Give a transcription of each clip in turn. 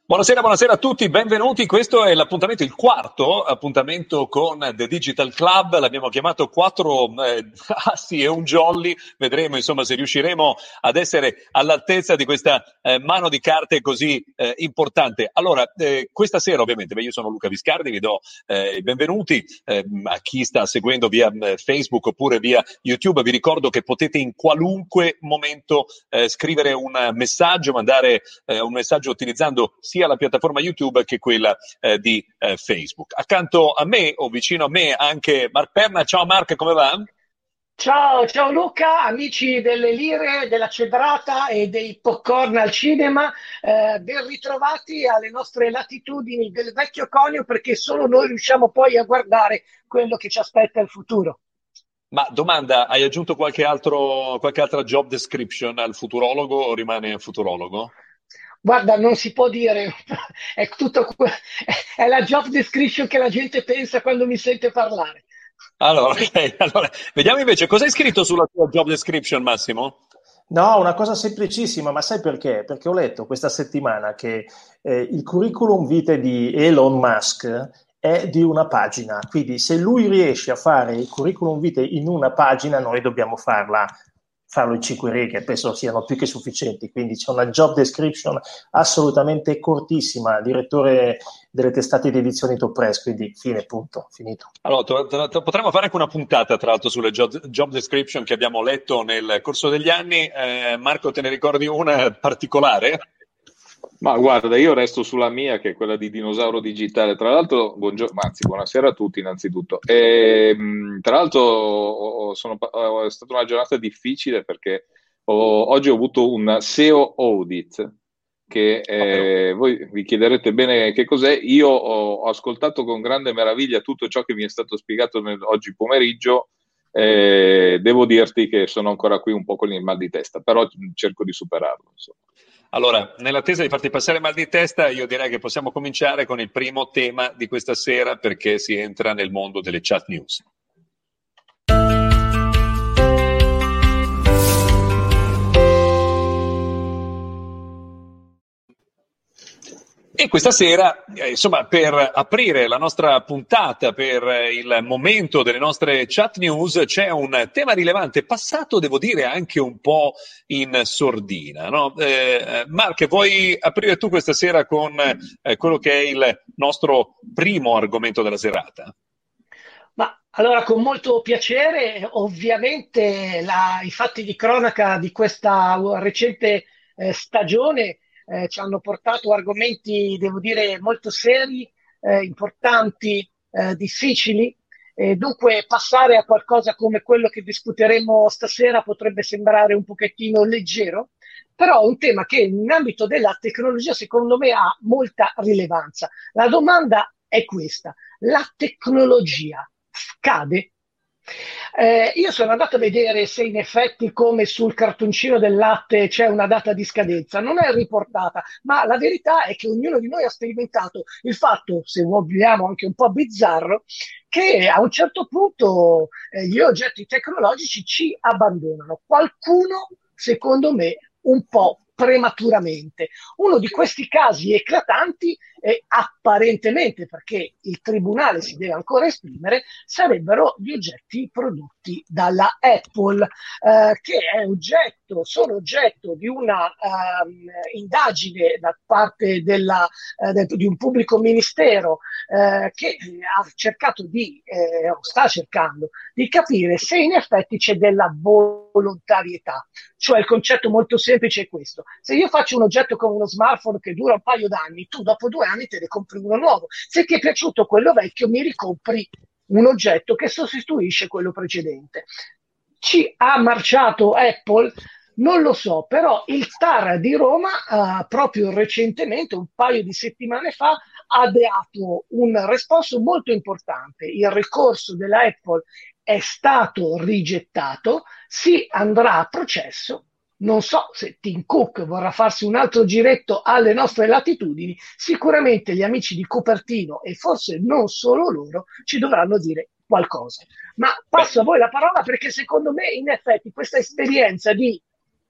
Buonasera, buonasera a tutti, benvenuti. Questo è l'appuntamento, il quarto appuntamento con The Digital Club. L'abbiamo chiamato quattro assi e un jolly. Vedremo insomma se riusciremo ad essere all'altezza di questa mano di carte così importante. Allora, questa sera ovviamente, io sono Luca Viscardi, vi do i benvenuti a chi sta seguendo via Facebook oppure via YouTube. Vi ricordo che potete in qualunque momento scrivere un messaggio, mandare un messaggio utilizzando sia la piattaforma YouTube che quella di Facebook. Accanto a me o vicino a me anche Mark Perna. Ciao Mark, come va? Ciao Luca, amici delle lire, della cedrata e dei popcorn al cinema, ben ritrovati alle nostre latitudini del vecchio conio perché solo noi riusciamo poi a guardare quello che ci aspetta il futuro. Ma domanda, hai aggiunto qualche altra job description al futurologo o rimane futurologo? Guarda, non si può dire, è è la job description che la gente pensa quando mi sente parlare. Allora, ok, allora, vediamo invece cosa hai scritto sulla tua job description, Massimo? No, una cosa semplicissima, ma sai perché? Perché ho letto questa settimana che il curriculum vitae di Elon Musk è di una pagina, quindi se lui riesce a fare il curriculum vitae in una pagina, noi dobbiamo farlo in 5 righe, penso siano più che sufficienti, quindi c'è una job description assolutamente cortissima, direttore delle testate di edizioni Top Press, quindi fine, punto, finito. Allora, potremmo fare anche una puntata, tra l'altro, sulle job description che abbiamo letto nel corso degli anni. Marco, te ne ricordi una particolare? Ma guarda, io resto sulla mia, che è quella di dinosauro digitale. Tra l'altro, buongiorno, anzi, buonasera a tutti innanzitutto. Tra l'altro, è stata una giornata difficile perché oggi ho avuto un SEO audit, che Ah, però. voi vi chiederete bene che cos'è. Io ho ascoltato con grande meraviglia tutto ciò che mi è stato spiegato oggi pomeriggio. Devo dirti che sono ancora qui un po' con il mal di testa, però cerco di superarlo, insomma. Allora, nell'attesa di farti passare mal di testa, io direi che possiamo cominciare con il primo tema di questa sera, perché si entra nel mondo delle chat news. E questa sera, insomma, per aprire la nostra puntata, per il momento delle nostre chat news, c'è un tema rilevante, passato, devo dire, anche un po' in sordina, no? Mark, vuoi aprire tu questa sera con quello che è il nostro primo argomento della serata? Ma allora, con molto piacere, ovviamente i fatti di cronaca di questa recente stagione ci hanno portato argomenti, devo dire, molto seri, importanti, difficili. E dunque, passare a qualcosa come quello che discuteremo stasera potrebbe sembrare un pochettino leggero, però è un tema che in ambito della tecnologia, secondo me, ha molta rilevanza. La domanda è questa: la tecnologia scade? Io sono andato a vedere se in effetti, come sul cartoncino del latte, c'è una data di scadenza. Non è riportata, ma la verità è che ognuno di noi ha sperimentato il fatto, se vogliamo anche un po' bizzarro, che a un certo punto gli oggetti tecnologici ci abbandonano. Qualcuno, secondo me, un po' prematuramente. Uno di questi casi eclatanti, apparentemente, perché il tribunale si deve ancora esprimere, sarebbero gli oggetti prodotti dalla Apple, che sono oggetto di una indagine da parte di un pubblico ministero che ha cercato o sta cercando di capire se in effetti c'è della volontarietà. Cioè il concetto molto semplice è questo: se io faccio un oggetto come uno smartphone che dura un paio d'anni, tu dopo 2 anni te ne compri uno nuovo. Se ti è piaciuto quello vecchio, mi ricompri un oggetto che sostituisce quello precedente. Ci ha marciato Apple? Non lo so, però il TAR di Roma, proprio recentemente, un paio di settimane fa, ha dato un responso molto importante. Il ricorso della Apple è stato rigettato, si andrà a processo. Non so se Tim Cook vorrà farsi un altro giretto alle nostre latitudini, sicuramente gli amici di Cupertino e forse non solo loro ci dovranno dire qualcosa. Ma Beh, passo a voi la parola perché secondo me in effetti questa esperienza di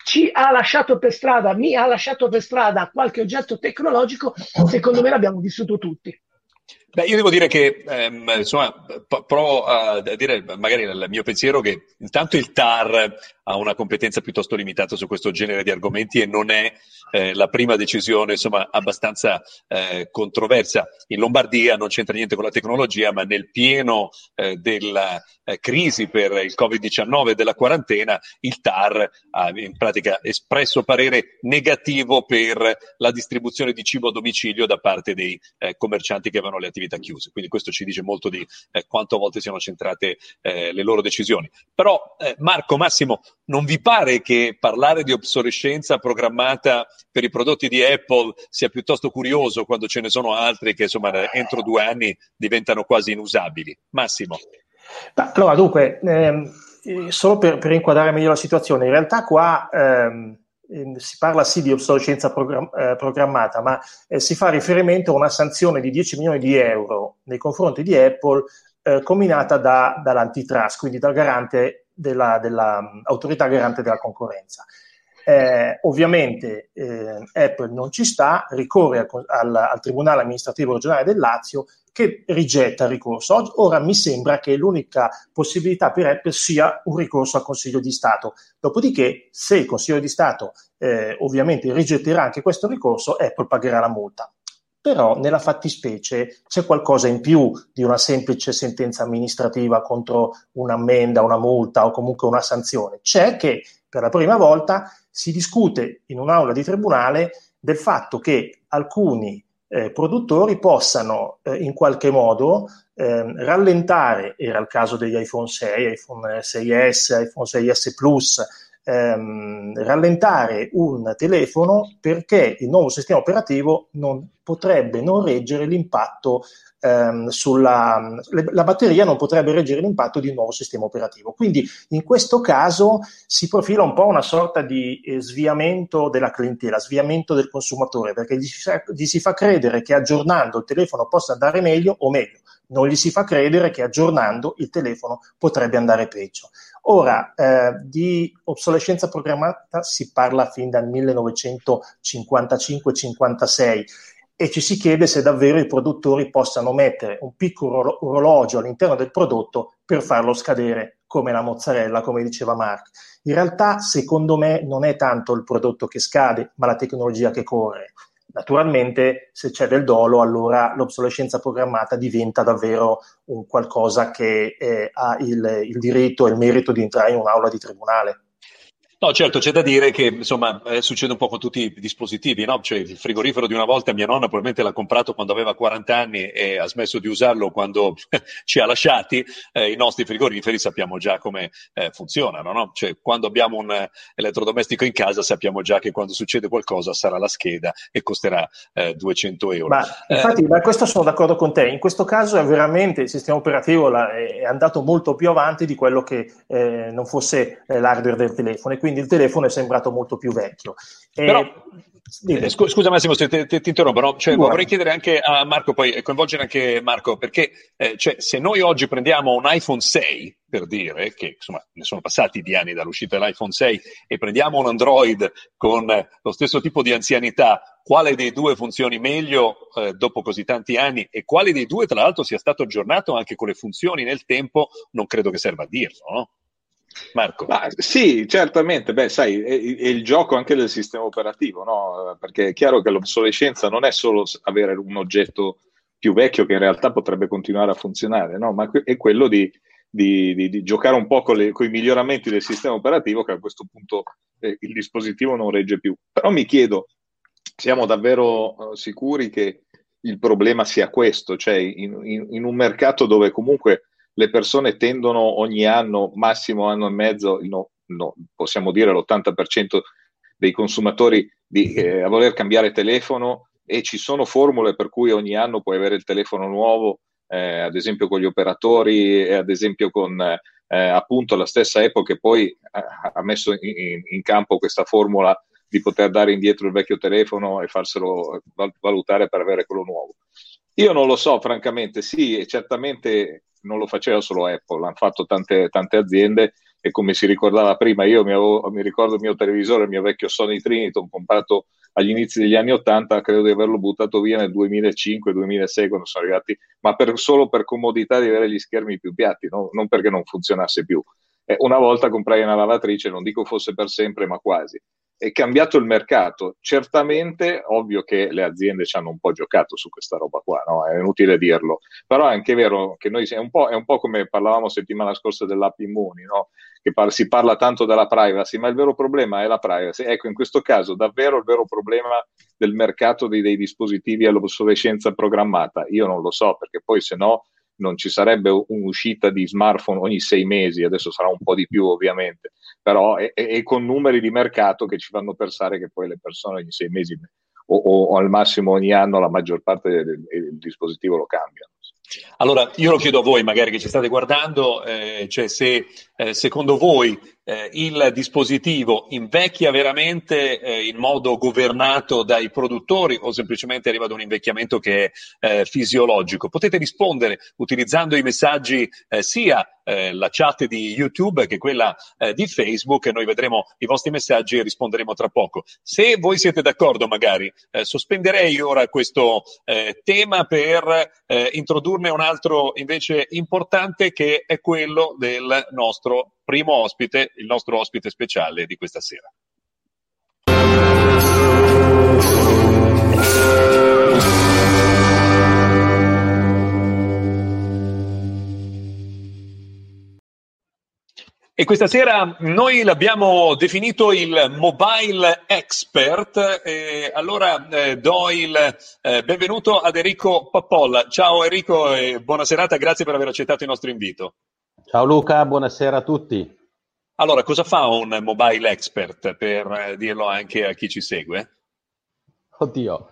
ci ha lasciato per strada, mi ha lasciato per strada qualche oggetto tecnologico, secondo me l'abbiamo vissuto tutti. Beh, io devo dire che, insomma, provo a dire magari il mio pensiero che intanto il TAR ha una competenza piuttosto limitata su questo genere di argomenti e non è la prima decisione, insomma, abbastanza controversa. In Lombardia non c'entra niente con la tecnologia, ma nel pieno della crisi per il Covid-19 e della quarantena, il TAR ha in pratica espresso parere negativo per la distribuzione di cibo a domicilio da parte dei commercianti che avevano le attività chiuse. Quindi questo ci dice molto di quanto a volte siano centrate le loro decisioni. Però Marco, Massimo, non vi pare che parlare di obsolescenza programmata per i prodotti di Apple sia piuttosto curioso quando ce ne sono altri che insomma entro 2 anni diventano quasi inusabili? Massimo. Allora, dunque, solo per inquadrare meglio la situazione, in realtà qua si parla sì di obsolescenza programmata, ma si fa riferimento a una sanzione di 10 milioni di euro nei confronti di Apple comminata dall'antitrust, quindi dal garante dell'autorità garante della concorrenza. Ovviamente Apple non ci sta, ricorre al Tribunale amministrativo regionale del Lazio, che rigetta il ricorso. Ora mi sembra che l'unica possibilità per Apple sia un ricorso al Consiglio di Stato. Dopodiché, se il Consiglio di Stato ovviamente rigetterà anche questo ricorso, Apple pagherà la multa. Però nella fattispecie c'è qualcosa in più di una semplice sentenza amministrativa contro un'ammenda, una multa o comunque una sanzione. C'è che per la prima volta si discute in un'aula di tribunale del fatto che alcuni produttori possano in qualche modo rallentare, era il caso degli iPhone 6, iPhone 6S, iPhone 6S Plus, rallentare un telefono perché il nuovo sistema operativo potrebbe non reggere l'impatto la batteria non potrebbe reggere l'impatto di un nuovo sistema operativo. Quindi in questo caso si profila un po' una sorta di sviamento della clientela, sviamento del consumatore, perché gli si fa credere che aggiornando il telefono possa andare meglio, o meglio, non gli si fa credere che aggiornando il telefono potrebbe andare peggio. Ora, di obsolescenza programmata si parla fin dal 1955-56 e ci si chiede se davvero i produttori possano mettere un piccolo orologio all'interno del prodotto per farlo scadere come la mozzarella, come diceva Mark. In realtà, secondo me, non è tanto il prodotto che scade, ma la tecnologia che corre. Naturalmente, se c'è del dolo, allora l'obsolescenza programmata diventa davvero un qualcosa che ha il diritto e il merito di entrare in un'aula di tribunale. No, certo, c'è da dire che insomma succede un po' con tutti i dispositivi, no? Cioè il frigorifero di una volta mia nonna probabilmente l'ha comprato quando aveva 40 anni e ha smesso di usarlo quando ci ha lasciati. I nostri frigoriferi sappiamo già come funzionano, no? Cioè quando abbiamo un elettrodomestico in casa sappiamo già che quando succede qualcosa sarà la scheda e costerà 200 euro. Ma infatti, da questo sono d'accordo con te. In questo caso è veramente il sistema operativo è andato molto più avanti di quello che non fosse l'hardware del telefono, e quindi il telefono è sembrato molto più vecchio. Però, scusa Massimo se ti interrompo, no? Cioè, vorrei chiedere anche a Marco, poi coinvolgere anche Marco, perché cioè, se noi oggi prendiamo un iPhone 6, per dire, che insomma ne sono passati di anni dall'uscita dell'iPhone 6, e prendiamo un Android con lo stesso tipo di anzianità, quale dei due funzioni meglio dopo così tanti anni e quale dei due tra l'altro sia stato aggiornato anche con le funzioni nel tempo, non credo che serva a dirlo, no? Marco. Ma sì, certamente, beh, sai, è il gioco anche del sistema operativo, no? Perché è chiaro che l'obsolescenza non è solo avere un oggetto più vecchio che in realtà potrebbe continuare a funzionare, no? Ma è quello di giocare un po' con i miglioramenti del sistema operativo, che a questo punto il dispositivo non regge più. Però mi chiedo, siamo davvero sicuri che il problema sia questo? Cioè in un mercato dove comunque le persone tendono ogni anno, massimo anno e mezzo, possiamo dire l'80% dei consumatori a voler cambiare telefono, e ci sono formule per cui ogni anno puoi avere il telefono nuovo, ad esempio con gli operatori e ad esempio con appunto la stessa Apple che poi ha messo in campo questa formula di poter dare indietro il vecchio telefono e farselo valutare per avere quello nuovo. Io non lo so, francamente, sì, e certamente non lo faceva solo Apple, l'hanno fatto tante aziende, e come si ricordava prima, io mi ricordo il mio televisore, il mio vecchio Sony Triniton comprato agli inizi degli anni 80, credo di averlo buttato via nel 2005-2006 quando sono arrivati, ma solo per comodità di avere gli schermi più piatti, no? Non perché non funzionasse più. Una volta comprai una lavatrice, non dico fosse per sempre, ma quasi. È cambiato il mercato. Certamente, ovvio che le aziende ci hanno un po' giocato su questa roba qua, no? È inutile dirlo. Però è anche vero che noi è un po' come parlavamo settimana scorsa dell'app Immuni, no? Che si parla tanto della privacy, ma il vero problema è la privacy. Ecco, in questo caso davvero il vero problema del mercato dei dispositivi all'obsolescenza programmata, io non lo so, perché poi se no non ci sarebbe un'uscita di smartphone ogni 6 mesi, adesso sarà un po' di più ovviamente, però è con numeri di mercato che ci fanno pensare che poi le persone ogni 6 mesi o al massimo ogni anno la maggior parte del dispositivo lo cambiano. Allora, io lo chiedo a voi, magari che ci state guardando, cioè se secondo voi il dispositivo invecchia veramente in modo governato dai produttori o semplicemente arriva ad un invecchiamento che è fisiologico. Potete rispondere utilizzando i messaggi sia la chat di YouTube che quella di Facebook, e noi vedremo i vostri messaggi e risponderemo tra poco. Se voi siete d'accordo, magari sospenderei ora questo tema per introdurne un altro invece importante, che è quello del nostro primo ospite, il nostro ospite speciale di questa sera. E questa sera noi l'abbiamo definito il Mobile Expert, allora do il benvenuto ad Enrico Pappolla. Ciao Enrico e buona serata, grazie per aver accettato il nostro invito. Ciao Luca, buonasera a tutti. Allora, cosa fa un Mobile Expert, per dirlo anche a chi ci segue? Oddio,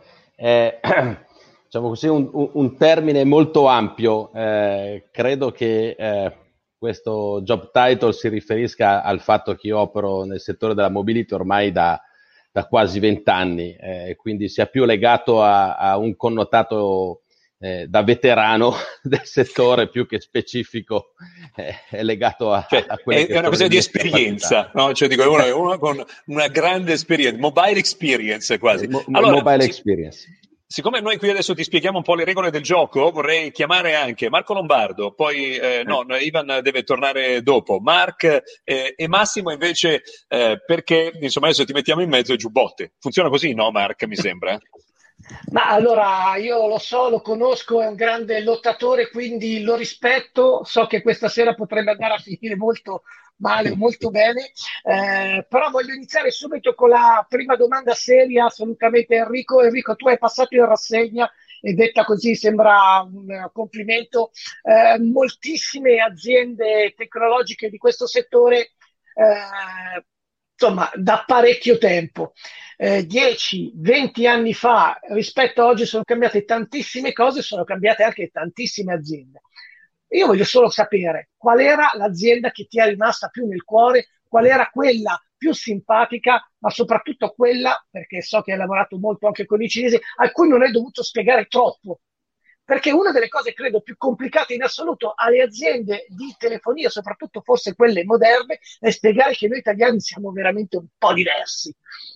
diciamo così un termine molto ampio, credo che questo job title si riferisca al fatto che io opero nel settore della mobility ormai da quasi 20 anni, quindi sia più legato a un connotato da veterano del settore più che specifico, è legato a quelle che è una questione di esperienza, no? Cioè dico, è uno con una grande esperienza, mobile experience quasi. Allora, mobile experience. Siccome noi qui adesso ti spieghiamo un po' le regole del gioco, vorrei chiamare anche Marco Lombardo, poi Ivan deve tornare dopo, Mark e Massimo invece, perché insomma adesso ti mettiamo in mezzo e giubbotte. Funziona così, no Mark, mi sembra? Ma allora, io lo so, lo conosco, è un grande lottatore, quindi lo rispetto, so che questa sera potrebbe andare a finire molto male o molto bene, però voglio iniziare subito con la prima domanda seria, assolutamente Enrico. Enrico, tu hai passato in rassegna e detta così sembra un complimento, moltissime aziende tecnologiche di questo settore, insomma, da parecchio tempo. 10-20 anni fa rispetto a oggi sono cambiate tantissime cose, sono cambiate anche tantissime aziende. Io voglio solo sapere qual era l'azienda che ti è rimasta più nel cuore, qual era quella più simpatica, ma soprattutto quella, perché so che hai lavorato molto anche con i cinesi, a cui non hai dovuto spiegare troppo. Perché una delle cose, credo, più complicate in assoluto alle aziende di telefonia, soprattutto forse quelle moderne, è spiegare che noi italiani siamo veramente un po' diversi.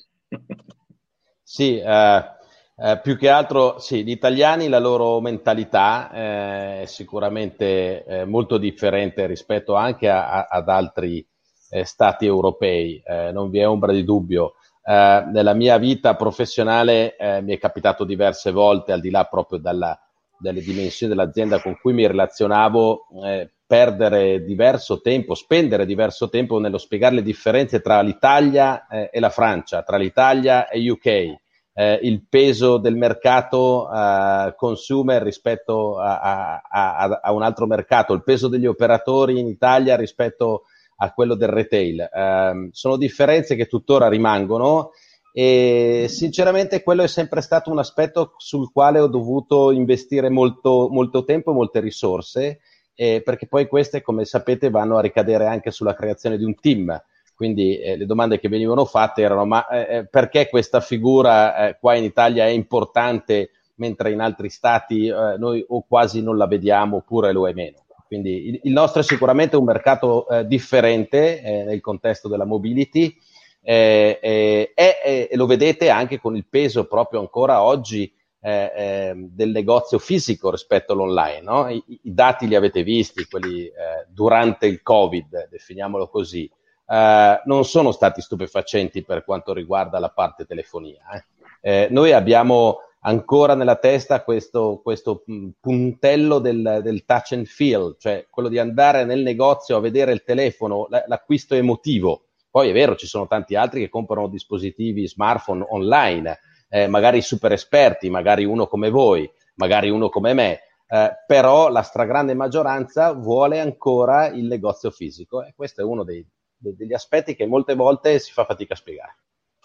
Sì, più che altro, sì, gli italiani, la loro mentalità è sicuramente molto differente rispetto anche ad altri stati europei, non vi è ombra di dubbio. Nella mia vita professionale mi è capitato diverse volte, al di là proprio delle dimensioni dell'azienda con cui mi relazionavo, spendere diverso tempo nello spiegare le differenze tra l'Italia e la Francia, tra l'Italia e UK, il peso del mercato consumer rispetto a un altro mercato, il peso degli operatori in Italia rispetto a quello del retail. Sono differenze che tuttora rimangono e sinceramente quello è sempre stato un aspetto sul quale ho dovuto investire molto, molto tempo e molte risorse, perché poi queste, come sapete, vanno a ricadere anche sulla creazione di un team. Quindi le domande che venivano fatte erano: ma perché questa figura qua in Italia è importante mentre in altri stati noi o quasi non la vediamo oppure lo è meno? quindi il nostro è sicuramente un mercato differente nel contesto della mobility, e lo vedete anche con il peso proprio ancora oggi del negozio fisico rispetto all'online, no? I dati li avete visti, quelli durante il Covid, definiamolo così, non sono stati stupefacenti per quanto riguarda la parte telefonia. Noi abbiamo ancora nella testa questo puntello del touch and feel, cioè quello di andare nel negozio a vedere il telefono, l'acquisto emotivo. Poi è vero, ci sono tanti altri che comprano dispositivi smartphone online, magari super esperti, magari uno come voi, magari uno come me, però la stragrande maggioranza vuole ancora il negozio fisico, e questo è uno degli aspetti che molte volte si fa fatica a spiegare.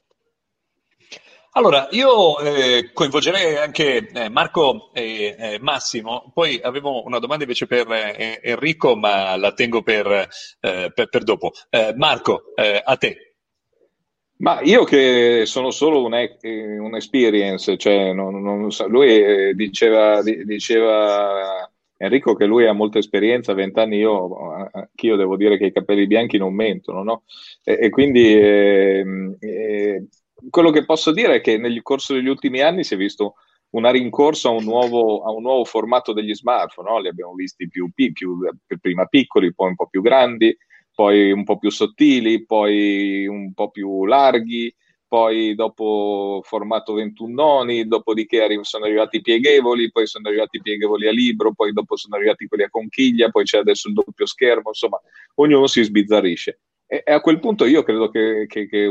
Allora, io coinvolgerei anche Marco e Massimo, poi avevo una domanda invece per Enrico, ma la tengo per dopo. Marco, a te. Ma io che sono solo un experience, cioè non so, lui diceva Enrico che lui ha molta esperienza, 20 anni, anch'io devo dire che i capelli bianchi non mentono, no? E quindi quello che posso dire è che nel corso degli ultimi anni si è visto una rincorsa a un nuovo formato degli smartphone, no? Li abbiamo visti prima piccoli, poi un po' più grandi, poi un po' più sottili, poi un po' più larghi, poi dopo formato 21 noni, dopodiché sono arrivati i pieghevoli, poi sono arrivati i pieghevoli a libro, poi dopo sono arrivati quelli a conchiglia, poi c'è adesso il doppio schermo, insomma, ognuno si sbizzarrisce. E a quel punto io credo che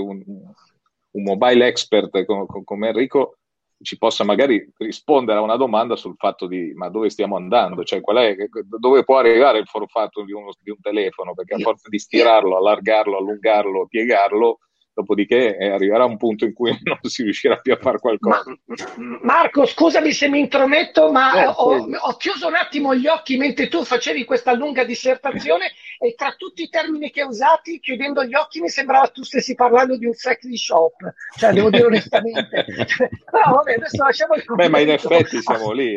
un mobile expert come Enrico ci possa magari rispondere a una domanda sul fatto di ma dove stiamo andando, cioè dove può arrivare il formato di un telefono, perché a forza di stirarlo, allargarlo, allungarlo, piegarlo, dopodiché arriverà un punto in cui non si riuscirà più a fare qualcosa. Marco, scusami se mi intrometto, ma ho chiuso un attimo gli occhi mentre tu facevi questa lunga dissertazione, e tra tutti i termini che hai usati, chiudendo gli occhi, mi sembrava tu stessi parlando di un sexy shop, cioè devo dire onestamente. Però vabbè, adesso lasciamo il commento. Ma in effetti siamo lì,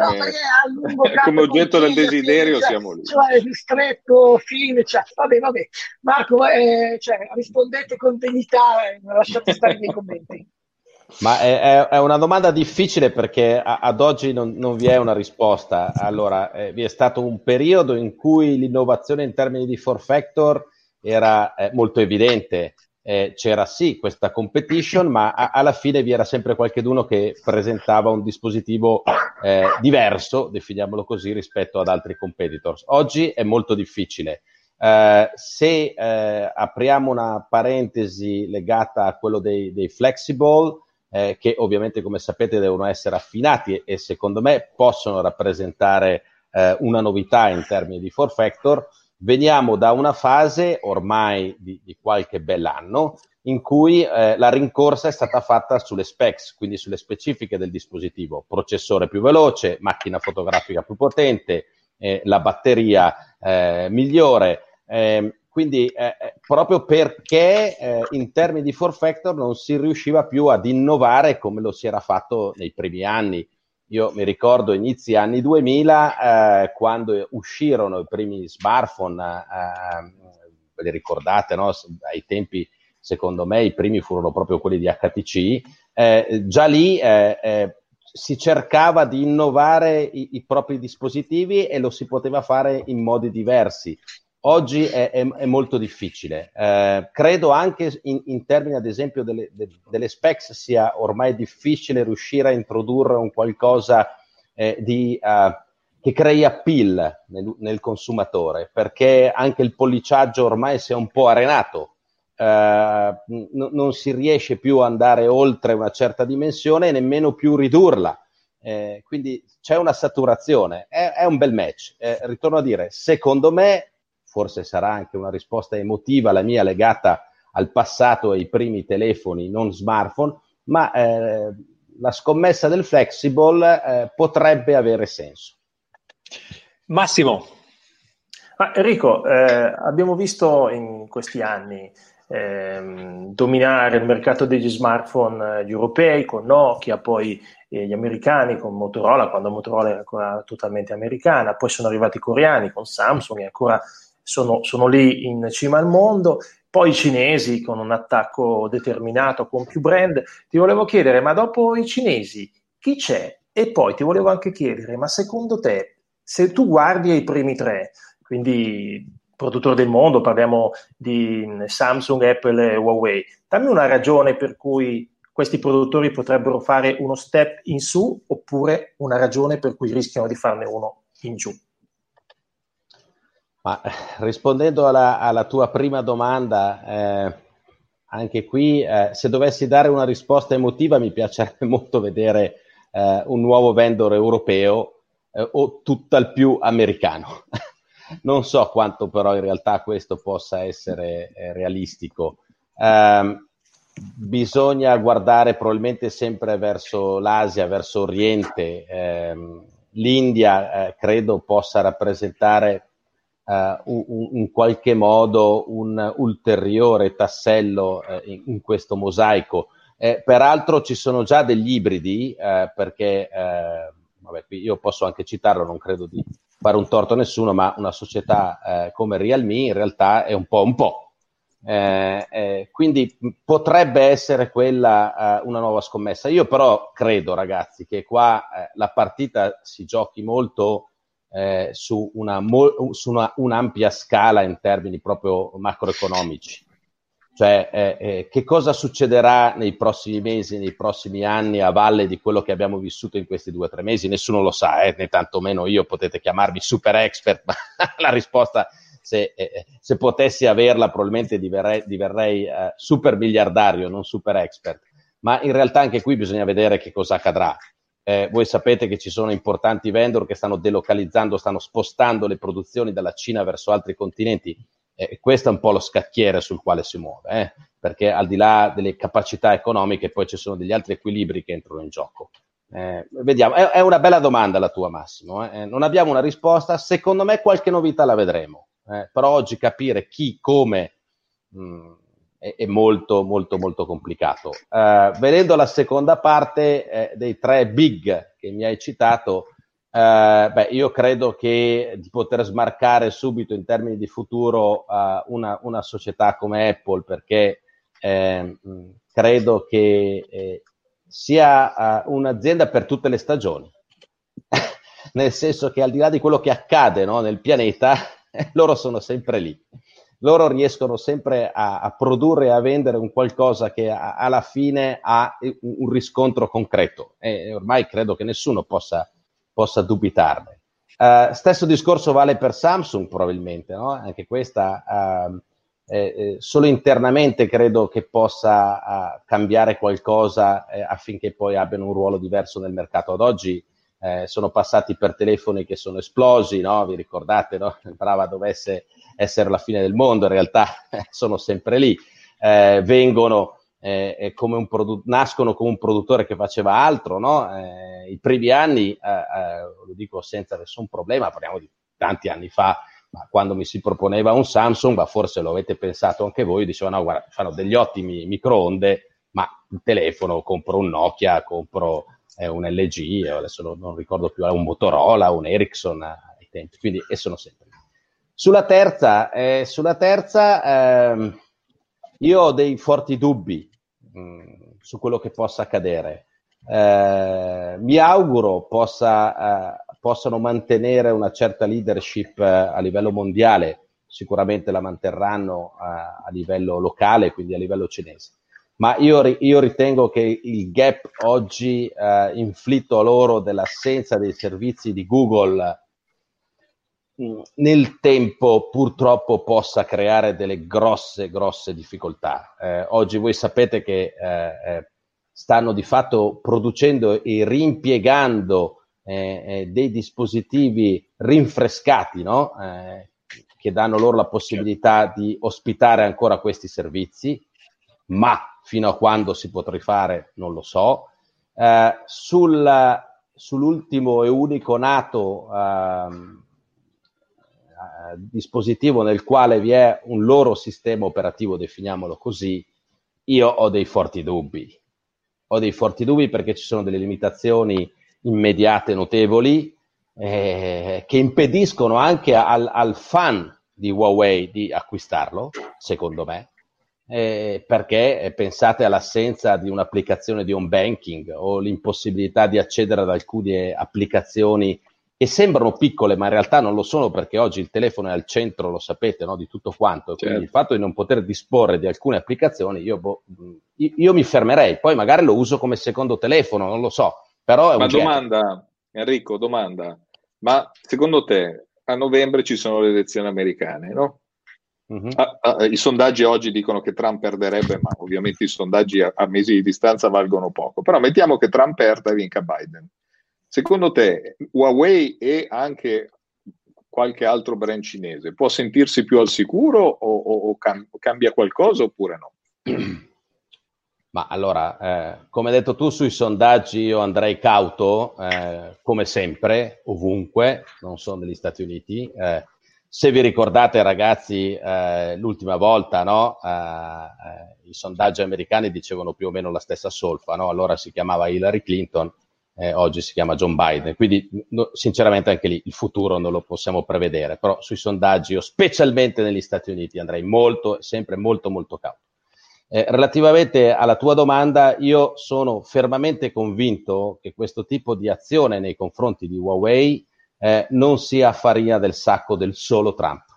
come oggetto del desiderio, cioè, siamo lì. Cioè ristretto, fine, cioè, vabbè. Marco, rispondete con dignità, lasciate stare nei commenti. Ma è una domanda difficile, perché ad oggi non vi è una risposta. Allora, vi è stato un periodo in cui l'innovazione in termini di form factor era molto evidente. C'era sì questa competition, ma alla fine vi era sempre qualcheduno che presentava un dispositivo diverso, definiamolo così, rispetto ad altri competitors. Oggi è molto difficile. Se apriamo una parentesi legata a quello dei flexible, che ovviamente, come sapete, devono essere affinati e secondo me possono rappresentare una novità in termini di form factor, veniamo da una fase ormai di qualche bell'anno in cui la rincorsa è stata fatta sulle specs, quindi sulle specifiche del dispositivo: processore più veloce, macchina fotografica più potente, la batteria migliore, quindi proprio perché in termini di form factor non si riusciva più ad innovare come lo si era fatto nei primi anni. Io mi ricordo inizi anni 2000, quando uscirono i primi smartphone, ve li ricordate, no? Ai tempi, secondo me, i primi furono proprio quelli di HTC. Già lì si cercava di innovare i propri dispositivi e lo si poteva fare in modi diversi. Oggi è molto difficile. Credo anche in termini, ad esempio, delle specs, sia ormai difficile riuscire a introdurre un qualcosa che crei appeal nel consumatore, perché anche il polliciaggio ormai si è un po' arenato. Non si riesce più ad andare oltre una certa dimensione e nemmeno più ridurla. Quindi c'è una saturazione. È un bel match. Ritorno a dire, secondo me, forse sarà anche una risposta emotiva la mia, legata al passato e ai primi telefoni non smartphone, ma la scommessa del flexible potrebbe avere senso. Massimo. Enrico, abbiamo visto in questi anni dominare il mercato degli smartphone europei con Nokia, poi gli americani con Motorola, quando Motorola era ancora totalmente americana, poi sono arrivati i coreani con Samsung e ancora sono lì in cima al mondo, poi i cinesi con un attacco determinato con più brand. Ti volevo chiedere, ma dopo i cinesi chi c'è? E poi ti volevo anche chiedere, ma secondo te, se tu guardi ai primi tre, quindi produttori del mondo, parliamo di Samsung, Apple e Huawei, dammi una ragione per cui questi produttori potrebbero fare uno step in su oppure una ragione per cui rischiano di farne uno in giù. Ma rispondendo alla tua prima domanda, anche qui se dovessi dare una risposta emotiva mi piacerebbe molto vedere un nuovo vendor europeo o tutt'al più americano. Non so quanto però in realtà questo possa essere realistico. Bisogna guardare probabilmente sempre verso l'Asia, verso Oriente. L'India credo possa rappresentare in qualche modo un ulteriore tassello in questo mosaico. Peraltro ci sono già degli ibridi, perché vabbè, qui io posso anche citarlo, non credo di fare un torto a nessuno, ma una società come Realme in realtà è un po'. Quindi potrebbe essere quella una nuova scommessa. Io però credo, ragazzi, che qua la partita si giochi molto su un'ampia scala in termini proprio macroeconomici. Cioè, che cosa succederà nei prossimi mesi, nei prossimi anni a valle di quello che abbiamo vissuto in questi 2 o 3 mesi? Nessuno lo sa, né tantomeno io, potete chiamarmi super expert, ma la risposta, se potessi averla, probabilmente diverrei super miliardario, non super expert. Ma in realtà anche qui bisogna vedere che cosa accadrà. Voi sapete che ci sono importanti vendor che stanno delocalizzando, stanno spostando le produzioni dalla Cina verso altri continenti. Questo è un po' lo scacchiere sul quale si muove, perché al di là delle capacità economiche poi ci sono degli altri equilibri che entrano in gioco. Vediamo, è una bella domanda la tua, Massimo. Non abbiamo una risposta, secondo me qualche novità la vedremo, però oggi capire chi, come è molto molto molto complicato. Vedendo la seconda parte dei 3 big che mi hai citato, io credo che di poter smarcare subito in termini di futuro una società come Apple, perché credo che sia un'azienda per tutte le stagioni, nel senso che al di là di quello che accade, no, nel pianeta, loro sono sempre lì. Loro riescono sempre a produrre e a vendere un qualcosa che alla fine ha un riscontro concreto, e ormai credo che nessuno possa dubitarne. Stesso discorso vale per Samsung, probabilmente, no? Anche questa solo internamente credo che possa cambiare qualcosa affinché poi abbiano un ruolo diverso nel mercato. Ad oggi sono passati per telefoni che sono esplosi, no? Vi ricordate, no? Sembrava dovesse essere la fine del mondo, in realtà sono sempre lì, vengono nascono come un produttore che faceva altro, no? I primi anni, lo dico senza nessun problema, parliamo di tanti anni fa, ma quando mi si proponeva un Samsung, ma forse lo avete pensato anche voi, dicevano: no, guarda, fanno degli ottimi microonde, ma il telefono, compro un Nokia, compro un LG, adesso non ricordo più, un Motorola, un Ericsson ai tempi, quindi, e sono sempre lì. Sulla terza, io ho dei forti dubbi su quello che possa accadere. Mi auguro possano mantenere una certa leadership a livello mondiale, sicuramente la manterranno a livello locale, quindi a livello cinese. Ma io ritengo che il gap oggi inflitto a loro dell'assenza dei servizi di Google nel tempo purtroppo possa creare delle grosse difficoltà. Oggi voi sapete che stanno di fatto producendo e rimpiegando dei dispositivi rinfrescati, no? Che danno loro la possibilità di ospitare ancora questi servizi, ma fino a quando si potrà fare non lo so. Sull'ultimo e unico nato dispositivo nel quale vi è un loro sistema operativo, definiamolo così, io ho dei forti dubbi. ho dei forti dubbi perché ci sono delle limitazioni immediate notevoli che impediscono anche al fan di Huawei di acquistarlo, secondo me, perché pensate all'assenza di un'applicazione di home banking o l'impossibilità di accedere ad alcune applicazioni che sembrano piccole ma in realtà non lo sono, perché oggi il telefono è al centro, lo sapete, no, di tutto quanto, e quindi il fatto di non poter disporre di alcune applicazioni, io mi fermerei, poi magari lo uso come secondo telefono, non lo so, però è un domanda, Enrico, ma secondo te a novembre ci sono le elezioni americane, no? Mm-hmm. I sondaggi oggi dicono che Trump perderebbe, ma ovviamente i sondaggi a mesi di distanza valgono poco, però mettiamo che Trump perda e vinca Biden. Secondo te Huawei e anche qualche altro brand cinese può sentirsi più al sicuro o cambia qualcosa oppure no? Ma allora, come hai detto tu, sui sondaggi io andrei cauto, come sempre, ovunque, non sono negli Stati Uniti. Se vi ricordate, ragazzi, l'ultima volta, no? I sondaggi americani dicevano più o meno la stessa solfa, no? Allora si chiamava Hillary Clinton. Oggi si chiama John Biden, quindi sinceramente anche lì il futuro non lo possiamo prevedere, però sui sondaggi io specialmente negli Stati Uniti andrei sempre molto cauto. Relativamente alla tua domanda, io sono fermamente convinto che questo tipo di azione nei confronti di Huawei non sia farina del sacco del solo Trump.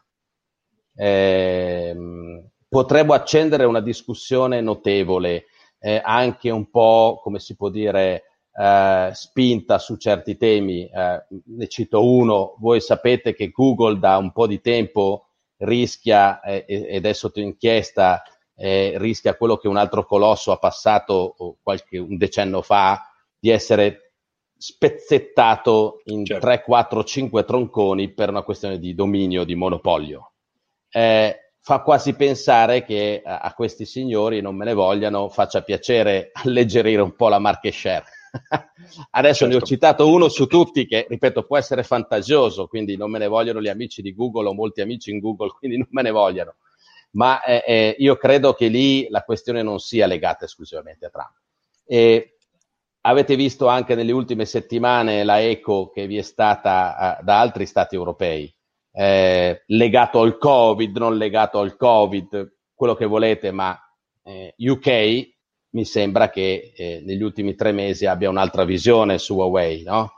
Potremmo accendere una discussione notevole, anche un po', come si può dire, spinta su certi temi. Ne cito uno: voi sapete che Google da un po' di tempo rischia, ed è sotto inchiesta, rischia quello che un altro colosso ha passato un decennio fa, di essere spezzettato in 3, 4, 5 tronconi per una questione di dominio, di monopolio. Fa quasi pensare che a questi signori, non me ne vogliano, faccia piacere alleggerire un po' la market share. Adesso ne ho citato uno su tutti che, ripeto, può essere fantasioso, quindi non me ne vogliono gli amici di Google, ho molti amici in Google, quindi non me ne vogliano, ma io credo che lì la questione non sia legata esclusivamente a Trump. Avete visto anche nelle ultime settimane la eco che vi è stata da altri stati europei, legato al Covid, non legato al Covid, quello che volete, ma UK mi sembra che negli ultimi 3 mesi abbia un'altra visione su Huawei, no?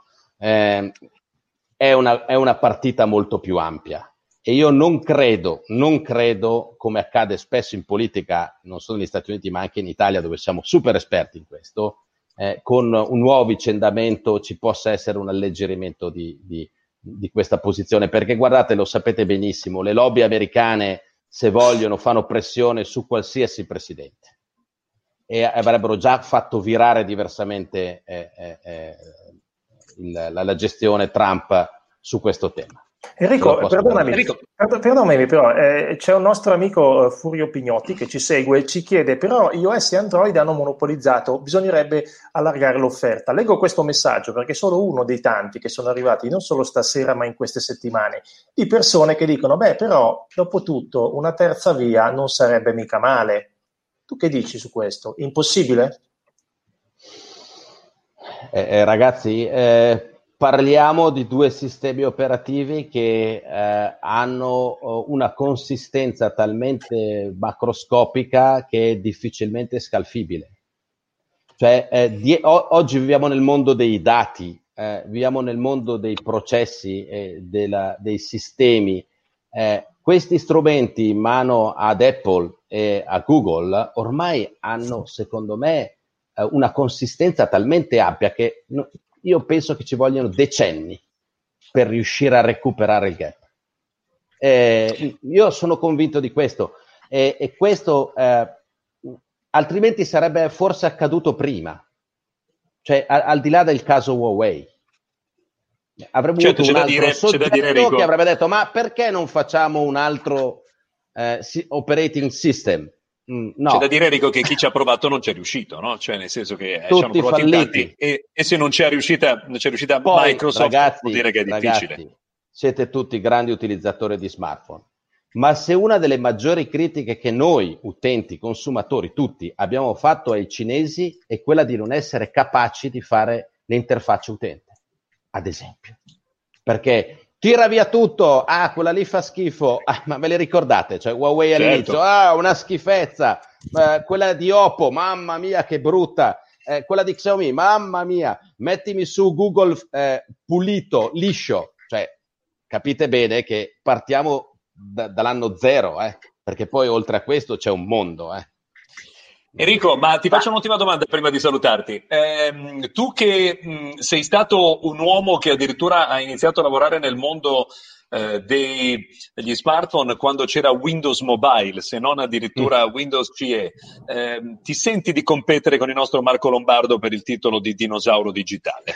È una partita molto più ampia e io non credo, come accade spesso in politica, non solo negli Stati Uniti ma anche in Italia, dove siamo super esperti in questo, con un nuovo avvicendamento ci possa essere un alleggerimento di questa posizione, perché guardate, lo sapete benissimo, le lobby americane, se vogliono, fanno pressione su qualsiasi presidente e avrebbero già fatto virare diversamente la gestione Trump su questo tema. Enrico, perdonami, però c'è un nostro amico Furio Pignotti che ci segue e ci chiede: però iOS e Android hanno monopolizzato, bisognerebbe allargare l'offerta. Leggo questo messaggio perché è solo uno dei tanti che sono arrivati non solo stasera ma in queste settimane, di persone che dicono: beh, però dopo tutto una terza via non sarebbe mica male. Tu che dici su questo? Impossibile? Ragazzi, parliamo di 2 sistemi operativi che hanno una consistenza talmente macroscopica che è difficilmente scalfibile. Cioè, oggi viviamo nel mondo dei dati, viviamo nel mondo dei processi, dei sistemi. Questi strumenti in mano ad Apple e a Google ormai hanno, secondo me, una consistenza talmente ampia che io penso che ci vogliono decenni per riuscire a recuperare il gap. Io sono convinto di questo e questo altrimenti sarebbe forse accaduto prima, cioè al di là del caso Huawei. Avremmo avuto un altro soggetto che avrebbe detto: ma perché non facciamo un altro operating system? No. C'è da dire, Enrico, che chi ci ha provato non ci è riuscito, no? Cioè, nel senso che ci hanno provato in tanti e se non c'è riuscita poi, Microsoft, ragazzi, vuol dire che è difficile. Ragazzi, siete tutti grandi utilizzatori di smartphone. Ma se una delle maggiori critiche che noi, utenti, consumatori, tutti abbiamo fatto ai cinesi è quella di non essere capaci di fare l'interfaccia utente, ad esempio. Perché tira via tutto, quella lì fa schifo, ma ve le ricordate? Cioè Huawei all'inizio, una schifezza, quella di Oppo, mamma mia che brutta, quella di Xiaomi, mamma mia, mettimi su Google pulito, liscio, cioè capite bene che partiamo dall'anno zero, perché poi oltre a questo c'è un mondo. Enrico, ma ti faccio un'ultima domanda prima di salutarti. Tu che sei stato un uomo che addirittura ha iniziato a lavorare nel mondo degli smartphone quando c'era Windows Mobile, se non addirittura Windows CE, ti senti di competere con il nostro Marco Lombardo per il titolo di dinosauro digitale?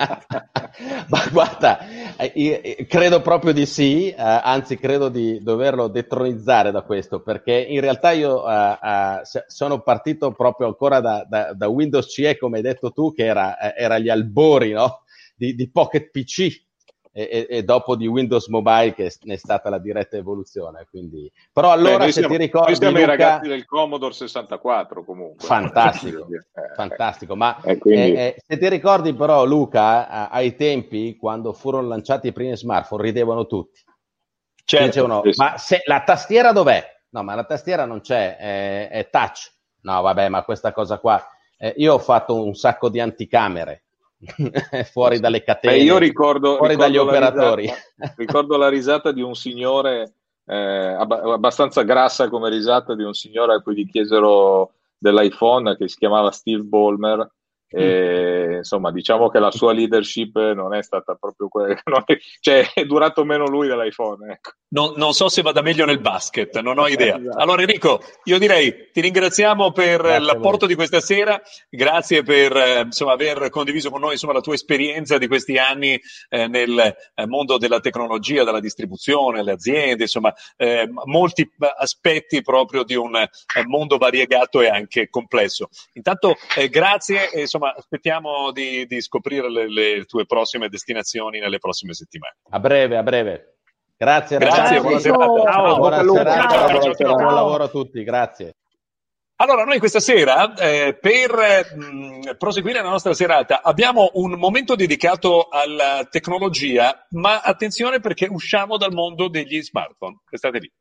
Ma guarda, credo proprio di sì, anzi credo di doverlo detronizzare da questo, perché in realtà io sono partito proprio ancora da Windows CE, come hai detto tu, che era gli albori, no? di Pocket PC. E dopo di Windows Mobile, che ne è stata la diretta evoluzione. Quindi, però allora se ti ricordi, noi siamo Luca, i ragazzi del Commodore 64 comunque. Fantastico, ma se ti ricordi però, Luca, ai tempi quando furono lanciati i primi smartphone ridevano tutti, dicevano, ma se la tastiera dov'è? No, ma la tastiera non c'è, è touch. No vabbè, ma questa cosa qua, io ho fatto un sacco di anticamere fuori dalle catene, io ricordo dagli operatori. Ricordo la risata di un signore abbastanza grassa come risata di un signore a cui gli chiesero dell'iPhone, che si chiamava Steve Ballmer, e insomma diciamo che la sua leadership non è stata proprio quella, cioè è durato meno lui dell'iPhone, ecco. Non so se vada meglio nel basket, non ho idea. Allora Enrico, io direi ti ringraziamo per l'apporto di questa sera, grazie per aver condiviso con noi la tua esperienza di questi anni nel mondo della tecnologia, della distribuzione, le aziende, molti aspetti proprio di un mondo variegato e anche complesso. Intanto grazie e aspettiamo di scoprire le tue prossime destinazioni nelle prossime settimane. A breve. Grazie ragazzi. Buona serata. Buona serata. Buon lavoro a tutti, grazie. Allora, noi questa sera, per proseguire la nostra serata, abbiamo un momento dedicato alla tecnologia, ma attenzione perché usciamo dal mondo degli smartphone. Restate lì.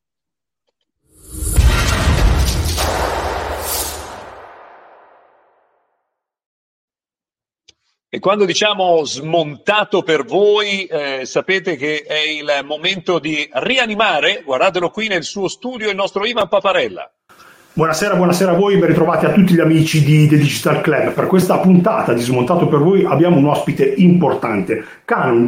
E quando diciamo smontato per voi, sapete che è il momento di rianimare, guardatelo qui nel suo studio, il nostro Ivan Paparella. Buonasera a voi, ben ritrovati a tutti gli amici di The Digital Club. Per questa puntata di Smontato per voi abbiamo un ospite importante, Canon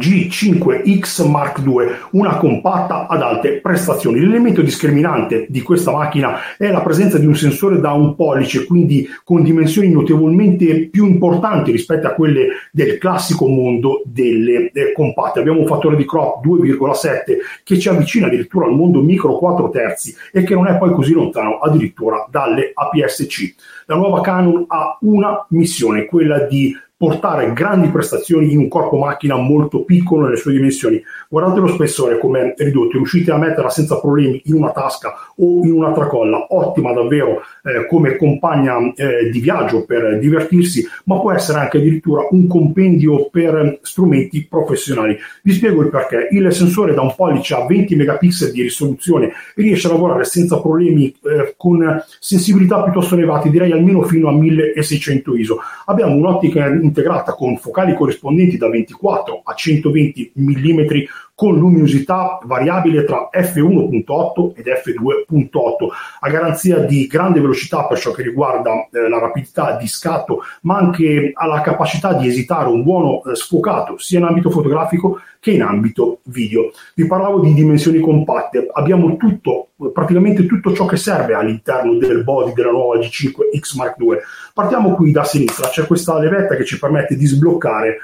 G5X Mark II, una compatta ad alte prestazioni. L'elemento discriminante di questa macchina è la presenza di un sensore da 1 pollice, quindi con dimensioni notevolmente più importanti rispetto a quelle del classico mondo delle compatte. Abbiamo un fattore di crop 2,7 che ci avvicina addirittura al mondo micro 4 terzi e che non è poi così lontano addirittura dalle APS-C. La nuova Canon ha una missione, quella di portare grandi prestazioni in un corpo macchina molto piccolo nelle sue dimensioni. Guardate lo spessore come è ridotto, riuscite a metterla senza problemi in una tasca o in una tracolla, ottima davvero come compagna di viaggio per divertirsi, ma può essere anche addirittura un compendio per strumenti professionali. Vi spiego il perché. Il sensore da 1 pollice a 20 megapixel di risoluzione riesce a lavorare senza problemi con sensibilità piuttosto elevate, direi almeno fino a 1600 ISO. Abbiamo un'ottica integrata con focali corrispondenti da 24 a 120 mm con luminosità variabile tra f1.8 ed f2.8, a garanzia di grande velocità per ciò che riguarda la rapidità di scatto, ma anche alla capacità di esitare un buono sfocato sia in ambito fotografico che in ambito video. Vi parlavo di dimensioni compatte, abbiamo praticamente tutto ciò che serve all'interno del body della nuova G5X Mark II. Partiamo qui da sinistra, c'è questa levetta che ci permette di sbloccare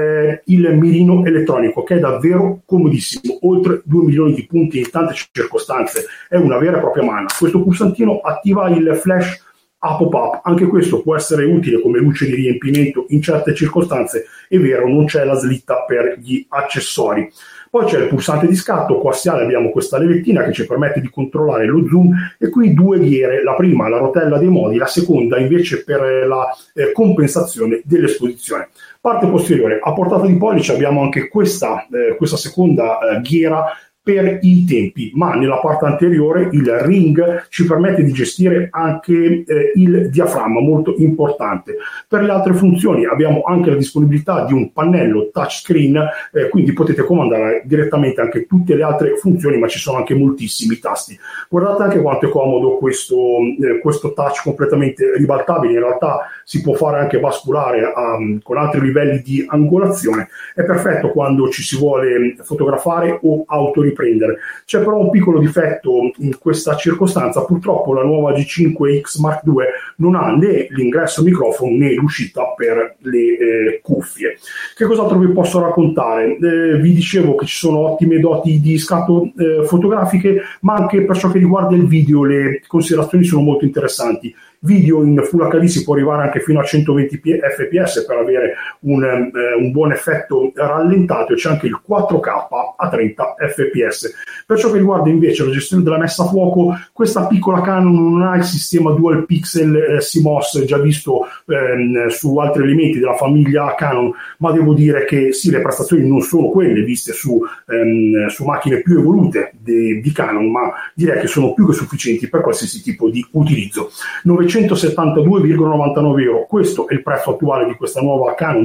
il mirino elettronico, che è davvero comodissimo, oltre 2 milioni di punti in tante circostanze, è una vera e propria mano. Questo pulsantino attiva il flash a pop-up, anche questo può essere utile come luce di riempimento in certe circostanze, è vero, non c'è la slitta per gli accessori. Poi c'è il pulsante di scatto, qua assiale abbiamo questa levettina che ci permette di controllare lo zoom, e qui due ghiere, la prima la rotella dei modi, la seconda invece per la compensazione dell'esposizione. Parte posteriore, a portata di pollice abbiamo anche questa seconda ghiera per i tempi, ma nella parte anteriore il ring ci permette di gestire anche il diaframma, molto importante. Per le altre funzioni abbiamo anche la disponibilità di un pannello touchscreen, quindi potete comandare direttamente anche tutte le altre funzioni, ma ci sono anche moltissimi tasti. Guardate anche quanto è comodo questo touch completamente ribaltabile, in realtà si può fare anche basculare con altri livelli di angolazione, è perfetto quando ci si vuole fotografare o autoriprendere. C'è però un piccolo difetto in questa circostanza: purtroppo la nuova G5X Mark II non ha né l'ingresso microfono né l'uscita per le cuffie. Che cos'altro vi posso raccontare? Vi dicevo che ci sono ottime doti di scatto fotografiche, ma anche per ciò che riguarda il video le considerazioni sono molto interessanti. Video in Full HD si può arrivare anche fino a 120 fps per avere un buon effetto rallentato, e c'è anche il 4K a 30 fps. Per ciò che riguarda invece la gestione della messa a fuoco, questa piccola Canon non ha il sistema dual pixel CMOS già visto su altri elementi della famiglia Canon, ma devo dire che sì, le prestazioni non sono quelle viste su macchine più evolute di Canon, ma direi che sono più che sufficienti per qualsiasi tipo di utilizzo. 972,99 euro, questo è il prezzo attuale di questa nuova Canon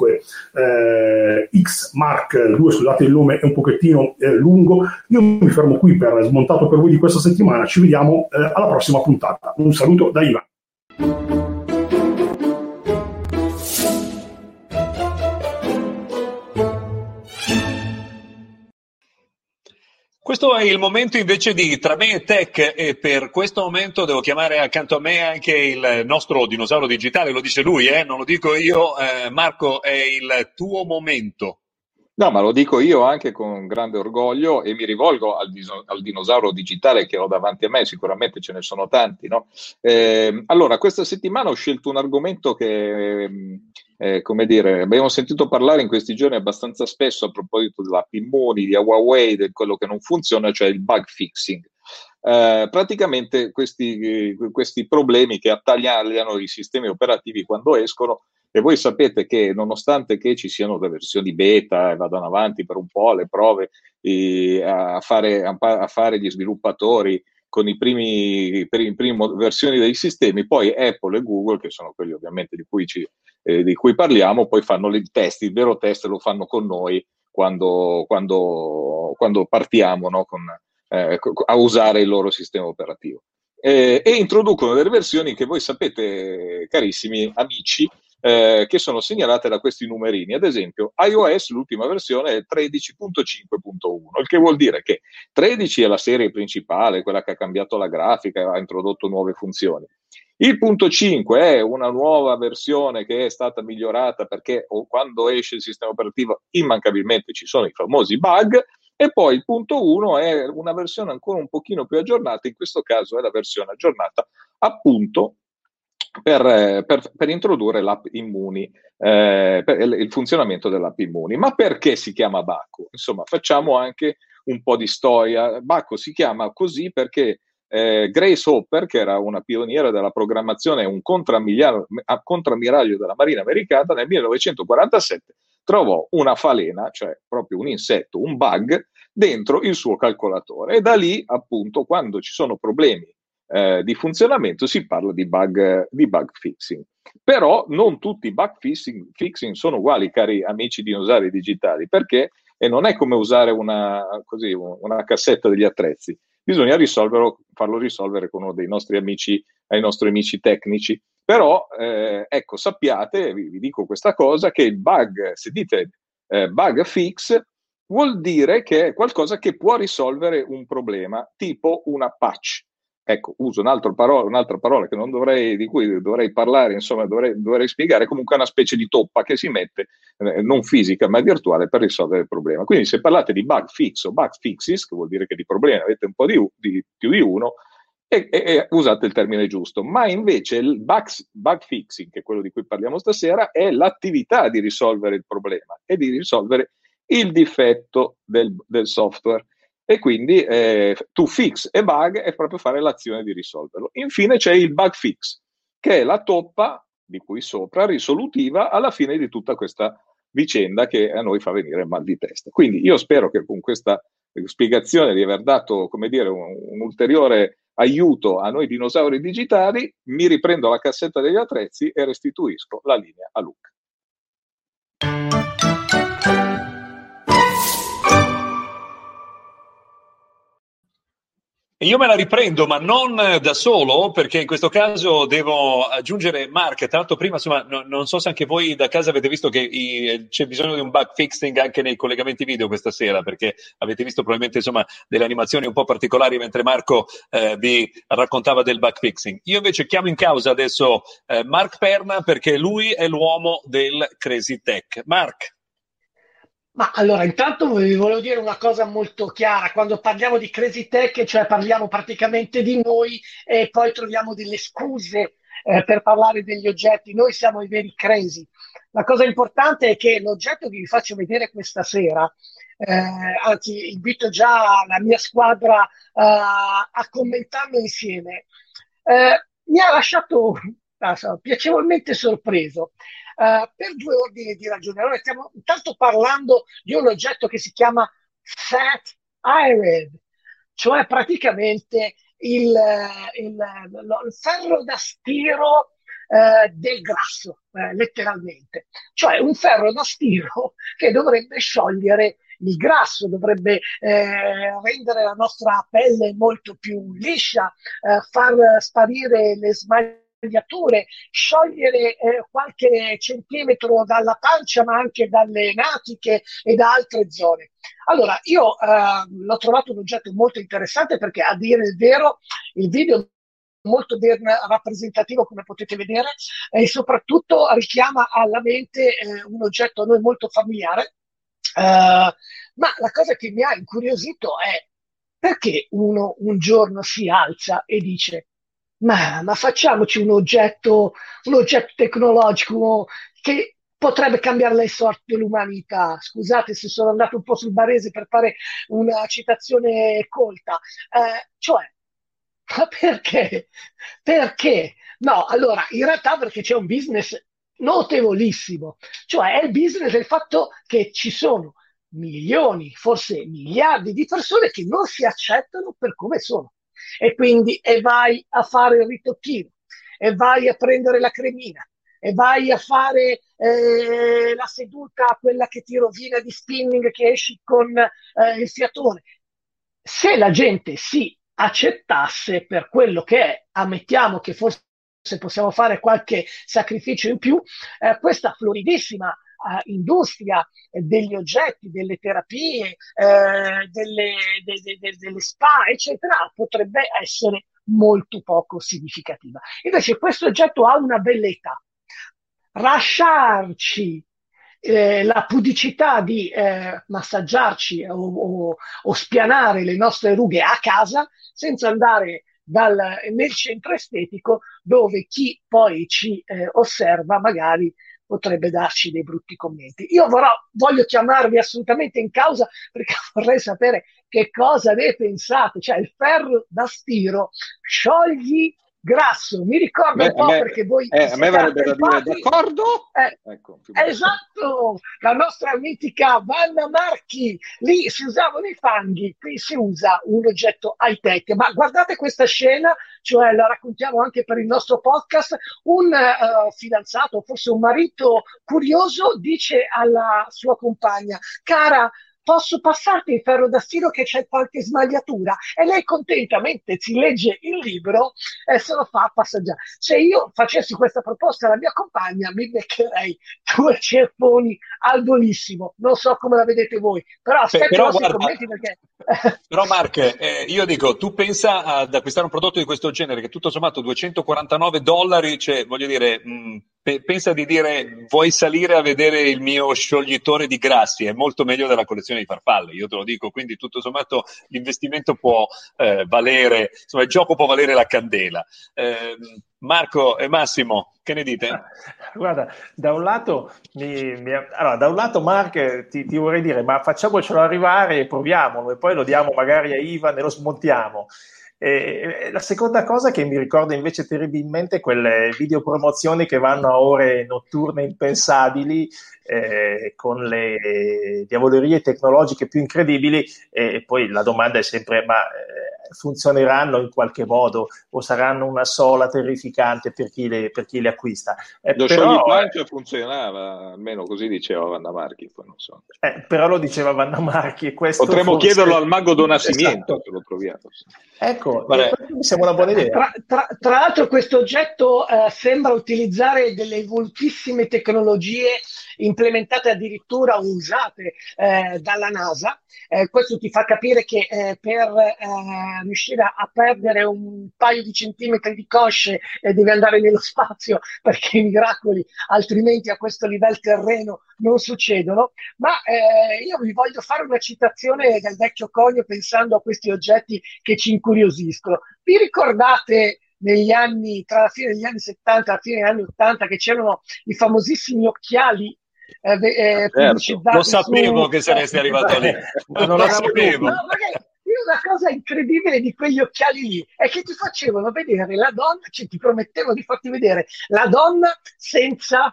G5X Mark II. Scusate, il nome è un pochettino lungo. Io mi fermo qui per smontato per voi di questa settimana, ci vediamo alla prossima puntata. Un saluto da Ivan. Questo è il momento invece di Tra me e Tech, e per questo momento devo chiamare accanto a me anche il nostro dinosauro digitale, lo dice lui, non lo dico io. Marco, è il tuo momento. No, ma lo dico io anche con grande orgoglio, e mi rivolgo al dinosauro digitale che ho davanti a me, sicuramente ce ne sono tanti, no? Allora, questa settimana ho scelto un argomento che, come dire, abbiamo sentito parlare in questi giorni abbastanza spesso a proposito dell'app Immuni, di Huawei, di quello che non funziona, cioè il bug fixing. Praticamente questi problemi che attagliano i sistemi operativi quando escono. E voi sapete che nonostante che ci siano le versioni beta e vadano avanti per un po' le prove a fare gli sviluppatori con le prime versioni dei sistemi, poi Apple e Google, che sono quelli ovviamente di cui parliamo, poi fanno il vero test lo fanno con noi quando partiamo, no, a usare il loro sistema operativo. E introducono delle versioni che voi sapete, carissimi amici, che sono segnalate da questi numerini. Ad esempio, iOS, l'ultima versione è 13.5.1, il che vuol dire che 13 è la serie principale, quella che ha cambiato la grafica, ha introdotto nuove funzioni. Il punto 5 è una nuova versione che è stata migliorata perché quando esce il sistema operativo immancabilmente ci sono i famosi bug. E poi il punto 1 è una versione ancora un pochino più aggiornata, in questo caso è la versione aggiornata appunto per introdurre l'app Immuni, per il funzionamento dell'app Immuni. Ma perché si chiama Bacco? Insomma, facciamo anche un po' di storia. Bacco si chiama così perché Grace Hopper, che era una pioniera della programmazione e un contrammiraglio della Marina americana, nel 1947 trovò una falena, cioè proprio un insetto, un bug, dentro il suo calcolatore. E da lì, appunto, quando ci sono problemi di funzionamento si parla di bug fixing. Però non tutti i bug fixing sono uguali, cari amici dinosauri digitali, perché non è come usare una cassetta degli attrezzi. Bisogna farlo risolvere con uno dei nostri amici tecnici. Però ecco, sappiate, vi dico questa cosa, che il bug, se dite bug fix, vuol dire che è qualcosa che può risolvere un problema, tipo una patch. Ecco, uso un'altra parola di cui dovrei parlare, insomma, dovrei spiegare. Comunque è una specie di toppa che si mette, non fisica ma virtuale, per risolvere il problema. Quindi se parlate di bug fix o bug fixes, che vuol dire che di problemi avete un po' più di uno, e usate il termine giusto. Ma invece il bug fixing, che è quello di cui parliamo stasera, è l'attività di risolvere il problema e di risolvere il difetto del software. E quindi to fix a bug è proprio fare l'azione di risolverlo. Infine c'è il bug fix, che è la toppa di qui sopra, risolutiva alla fine di tutta questa vicenda che a noi fa venire il mal di testa. Quindi io spero che con questa spiegazione di aver dato, come dire, un ulteriore aiuto a noi dinosauri digitali, mi riprendo la cassetta degli attrezzi e restituisco la linea a Luca. Io me la riprendo, ma non da solo, perché in questo caso devo aggiungere Mark. Tra l'altro prima, insomma, non so se anche voi da casa avete visto che c'è bisogno di un bug fixing anche nei collegamenti video questa sera, perché avete visto probabilmente, insomma, delle animazioni un po' particolari mentre Marco vi raccontava del bug fixing. Io invece chiamo in causa adesso Mark Perna, perché lui è l'uomo del Crazy Tech. Mark. Ma allora, intanto vi volevo dire una cosa molto chiara. Quando parliamo di Crazy Tech, cioè parliamo praticamente di noi e poi troviamo delle scuse per parlare degli oggetti. Noi siamo i veri crazy. La cosa importante è che l'oggetto che vi faccio vedere questa sera, anzi invito già la mia squadra a commentarlo insieme, mi ha lasciato piacevolmente sorpreso. Per due ordini di ragioni. Allora, stiamo intanto parlando di un oggetto che si chiama Fat Iron, cioè praticamente il ferro da stiro del grasso, letteralmente. Cioè un ferro da stiro che dovrebbe sciogliere il grasso, dovrebbe rendere la nostra pelle molto più liscia, far sparire le smagliature, sciogliere qualche centimetro dalla pancia, ma anche dalle natiche e da altre zone. Allora, io l'ho trovato un oggetto molto interessante perché, a dire il vero, il video è molto ben rappresentativo, come potete vedere, e soprattutto richiama alla mente un oggetto a noi molto familiare. Ma la cosa che mi ha incuriosito è perché uno un giorno si alza e dice: ma facciamoci un oggetto tecnologico che potrebbe cambiare le sorti dell'umanità. Scusate se sono andato un po' sul barese per fare una citazione colta. Cioè, ma perché? Perché? No, allora, in realtà perché c'è un business notevolissimo. Cioè, è il business del fatto che ci sono milioni, forse miliardi di persone che non si accettano per come sono. E quindi vai a fare il ritocchino, e vai a prendere la cremina, e vai a fare la seduta, quella che ti rovina di spinning, che esci con il fiatone. Se la gente si accettasse per quello che è, ammettiamo che forse possiamo fare qualche sacrificio in più, questa floridissima industria degli oggetti, delle terapie, delle spa, eccetera, potrebbe essere molto poco significativa. Invece questo oggetto ha una bellezza. Lasciarci la pudicità di massaggiarci o spianare le nostre rughe a casa senza andare nel centro estetico, dove chi poi ci osserva magari potrebbe darci dei brutti commenti. Io voglio chiamarvi assolutamente in causa, perché vorrei sapere che cosa ne pensate. Cioè, il ferro da stiro sciogli grasso, mi ricordo un po' perché voi a me verrebbe da dire d'accordo. Ecco, esatto, la nostra mitica Vanna Marchi, lì si usavano i fanghi, qui si usa un oggetto high tech. Ma guardate questa scena, cioè la raccontiamo anche per il nostro podcast. Un fidanzato, forse un marito curioso, dice alla sua compagna: cara, posso passarti il ferro da stiro che c'è qualche smagliatura? E lei contentamente si legge il libro e se lo fa passeggiare. Se io facessi questa proposta alla mia compagna, mi beccherei 2 ceffoni al volissimo. Non so come la vedete voi, però aspetto i vostri commenti, perché... Però Mark, io dico, tu pensa ad acquistare un prodotto di questo genere che tutto sommato $249, cioè, voglio dire, pensa di dire: vuoi salire a vedere il mio scioglitore di grassi? È molto meglio della collezione di farfalle, io te lo dico. Quindi tutto sommato l'investimento può valere, insomma il gioco può valere la candela. Marco e Massimo, che ne dite? Guarda, da un lato, Mark, ti vorrei dire, ma facciamocelo arrivare e proviamolo, e poi lo diamo magari a Ivan e lo smontiamo. La seconda cosa che mi ricorda invece terribilmente quelle videopromozioni che vanno a ore notturne impensabili, con le diavolerie tecnologiche più incredibili, e poi la domanda è sempre: ma funzioneranno in qualche modo o saranno una sola terrificante per chi le acquista? Lo scioglipancia funzionava, almeno così diceva Vanna Marchi, poi non so. Però lo diceva Vanna Marchi, e questo potremmo forse... chiederlo al mago Donasimiento, esatto, se lo troviamo. Ecco, mi sembra una buona idea. Tra l'altro questo oggetto sembra utilizzare delle evolutissime tecnologie implementate addirittura o usate dalla NASA. Questo ti fa capire che per riuscire a perdere un paio di centimetri di cosce devi andare nello spazio, perché i miracoli altrimenti a questo livello terreno non succedono. Ma io vi voglio fare una citazione del vecchio conio pensando a questi oggetti che ci incuriosiscono. Vi ricordate tra la fine degli anni 70 e la fine degli anni 80 che c'erano i famosissimi occhiali pubblicizzati? Lo sapevo che saresti arrivato lì. Non lo sapevo. No, una cosa incredibile di quegli occhiali lì è che ti facevano vedere la donna, cioè ti promettevano di farti vedere la donna senza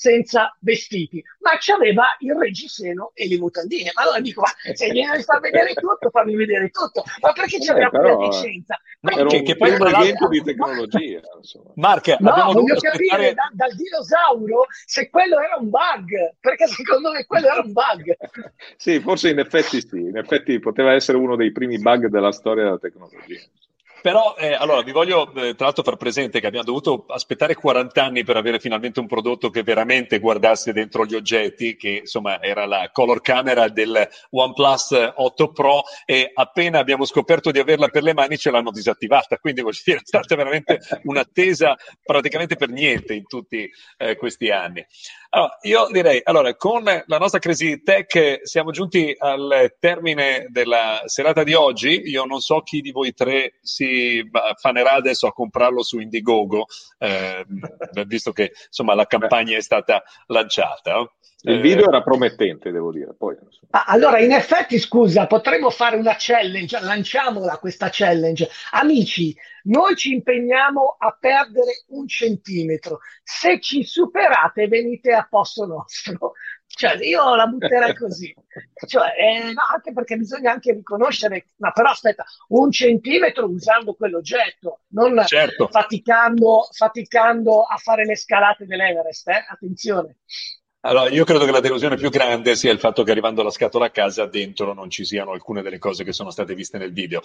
vestiti, ma c'aveva il reggiseno e le mutandine. Ma allora dico: ma se mi devi far vedere tutto, fammi vedere tutto. Ma perché c'aveva quella licenza? Era un primo evento di tecnologia. Mark, voglio capire dal dinosauro se quello era un bug, perché secondo me quello era un bug. Sì, forse in effetti poteva essere uno dei primi bug della storia della tecnologia. Però, allora, vi voglio tra l'altro far presente che abbiamo dovuto aspettare 40 anni per avere finalmente un prodotto che veramente guardasse dentro gli oggetti, che insomma era la color camera del OnePlus 8 Pro, e appena abbiamo scoperto di averla per le mani ce l'hanno disattivata, quindi voglio dire, è stata veramente un'attesa praticamente per niente in tutti questi anni. Allora, io direi, con la nostra Crazy Tech siamo giunti al termine della serata di oggi. Io non so chi di voi tre si affanerà adesso a comprarlo su Indiegogo, visto che insomma la campagna è stata lanciata. Il video era promettente, devo dire. Poi, allora, in effetti, scusa, potremmo fare una challenge, lanciamola questa challenge. Amici, noi ci impegniamo a perdere 1 centimetro. Se ci superate, venite a posto nostro. Cioè, io la butterei così. No, anche perché bisogna anche riconoscere, ma però aspetta, 1 centimetro usando quell'oggetto, non faticando a fare le scalate dell'Everest, attenzione. Allora, io credo che la delusione più grande sia il fatto che arrivando la scatola a casa dentro non ci siano alcune delle cose che sono state viste nel video.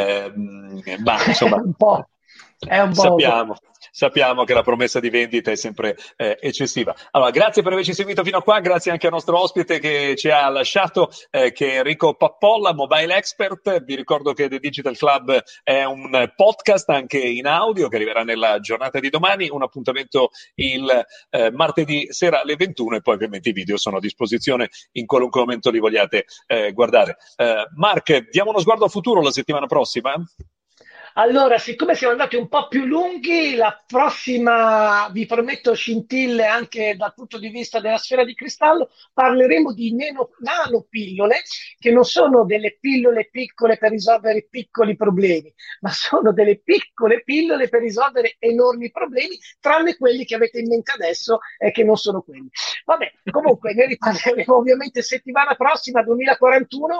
Ma insomma, è un po'. Sappiamo che la promessa di vendita è sempre eccessiva. Allora, grazie per averci seguito fino a qua, grazie anche al nostro ospite che ci ha lasciato, che è Enrico Pappolla, Mobile Expert. Vi ricordo che The Digital Club è un podcast anche in audio che arriverà nella giornata di domani, un appuntamento il martedì sera alle 21, e poi ovviamente i video sono a disposizione in qualunque momento li vogliate guardare. Mark, diamo uno sguardo a futuro la settimana prossima? Allora, siccome siamo andati un po' più lunghi, la prossima, vi prometto, scintille anche dal punto di vista della sfera di cristallo. Parleremo di nanopillole, che non sono delle pillole piccole per risolvere piccoli problemi, ma sono delle piccole pillole per risolvere enormi problemi, tranne quelli che avete in mente adesso e che non sono quelli. Vabbè, comunque ne riparleremo ovviamente settimana prossima, 2041.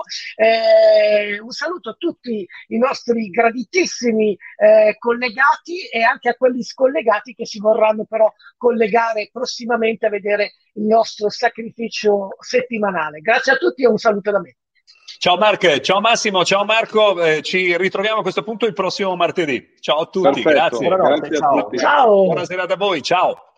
Un saluto a tutti i nostri graditissimi collegati e anche a quelli scollegati che si vorranno però collegare prossimamente a vedere il nostro sacrificio settimanale. Grazie a tutti e un saluto da me. Ciao Mark, ciao Massimo, ciao Marco, ci ritroviamo a questo punto il prossimo martedì. Ciao a tutti. Perfetto. Grazie. Grazie a tutti. Ciao. Buona serata a voi, ciao.